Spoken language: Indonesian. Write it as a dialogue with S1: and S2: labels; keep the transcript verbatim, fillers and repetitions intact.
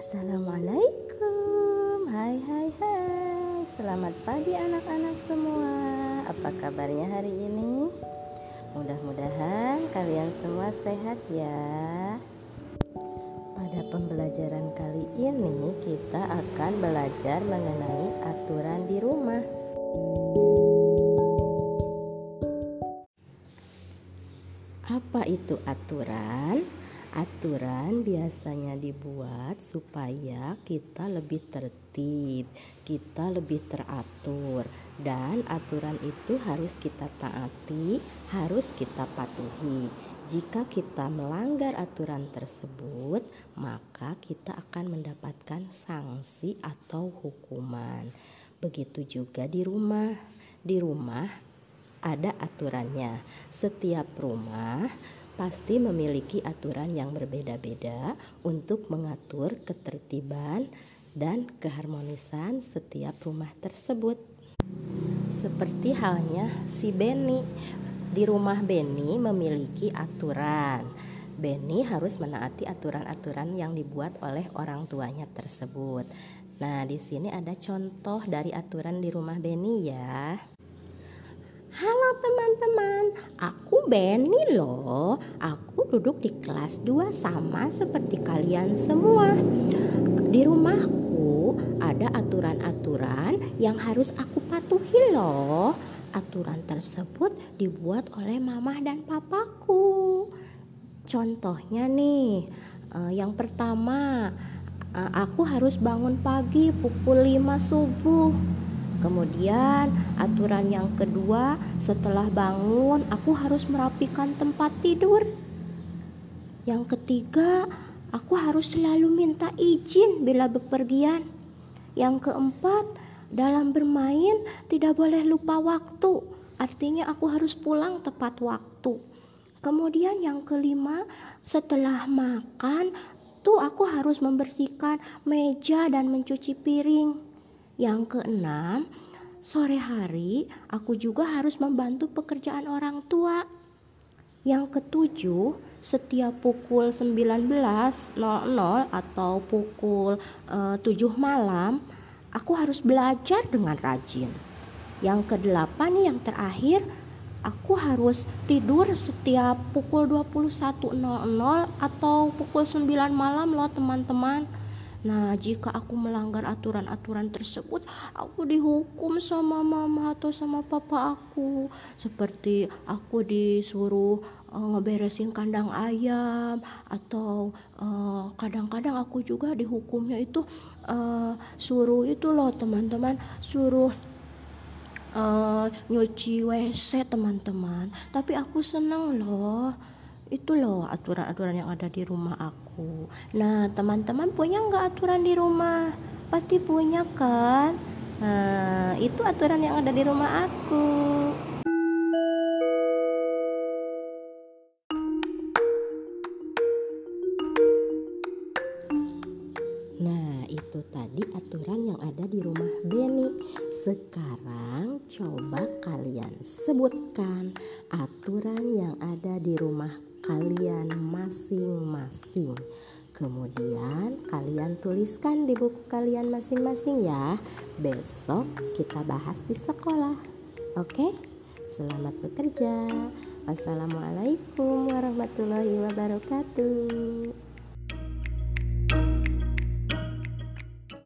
S1: Assalamualaikum. Hai hai hai. Selamat pagi anak-anak semua. Apa kabarnya hari ini? Mudah-mudahan kalian semua sehat ya. Pada pembelajaran kali ini kita akan belajar mengenai aturan di rumah. Apa itu aturan? Aturan biasanya dibuat supaya kita lebih tertib, kita lebih teratur, dan aturan itu harus kita taati, harus kita patuhi. Jika kita melanggar aturan tersebut, maka kita akan mendapatkan sanksi atau hukuman. Begitu juga di rumah. Di rumah ada aturannya. Setiap rumah pasti memiliki aturan yang berbeda-beda untuk mengatur ketertiban dan keharmonisan setiap rumah tersebut. Seperti halnya si Beni. Di rumah Beni memiliki aturan. Beni harus menaati aturan-aturan yang dibuat oleh orang tuanya tersebut. Nah, di sini ada contoh dari aturan di rumah Beni ya. Halo teman-teman, aku Beni loh. Aku duduk di kelas dua sama seperti kalian semua. Di rumahku ada aturan-aturan yang harus aku patuhi loh. Aturan tersebut dibuat oleh mama dan papaku. Contohnya nih, eh, yang pertama, eh, aku harus bangun pagi pukul lima subuh. Kemudian aturan yang kedua, setelah bangun aku harus merapikan tempat tidur. Yang ketiga, aku harus selalu minta izin bila bepergian. Yang keempat, dalam bermain tidak boleh lupa waktu. Artinya aku harus pulang tepat waktu. Kemudian yang kelima, setelah makan tuh aku harus membersihkan meja dan mencuci piring. Yang keenam, sore hari aku juga harus membantu pekerjaan orang tua. Yang ketujuh, setiap pukul sembilan belas atau pukul uh, tujuh malam, aku harus belajar dengan rajin. Yang kedelapan nih, yang terakhir, aku harus tidur setiap pukul dua puluh satu atau pukul sembilan malam loh teman-teman. Nah, jika aku melanggar aturan-aturan tersebut, aku dihukum sama mama atau sama papa aku. Seperti aku disuruh uh, ngeberesin kandang ayam, atau uh, kadang-kadang aku juga dihukumnya itu uh, suruh itu loh teman-teman, suruh uh, nyuci W C teman-teman. Tapi aku seneng loh. Itu loh aturan-aturan yang ada di rumah aku. Nah, teman-teman punya nggak aturan di rumah? Pasti punya kan? Nah, itu aturan yang ada di rumah aku. Nah, itu tadi aturan yang ada di rumah Beni. Sekarang coba kalian sebutkan aturan yang ada di rumah kalian masing-masing. Kemudian kalian tuliskan di buku kalian masing-masing ya. Besok kita bahas di sekolah. Oke? Selamat bekerja. Wassalamualaikum warahmatullahi wabarakatuh.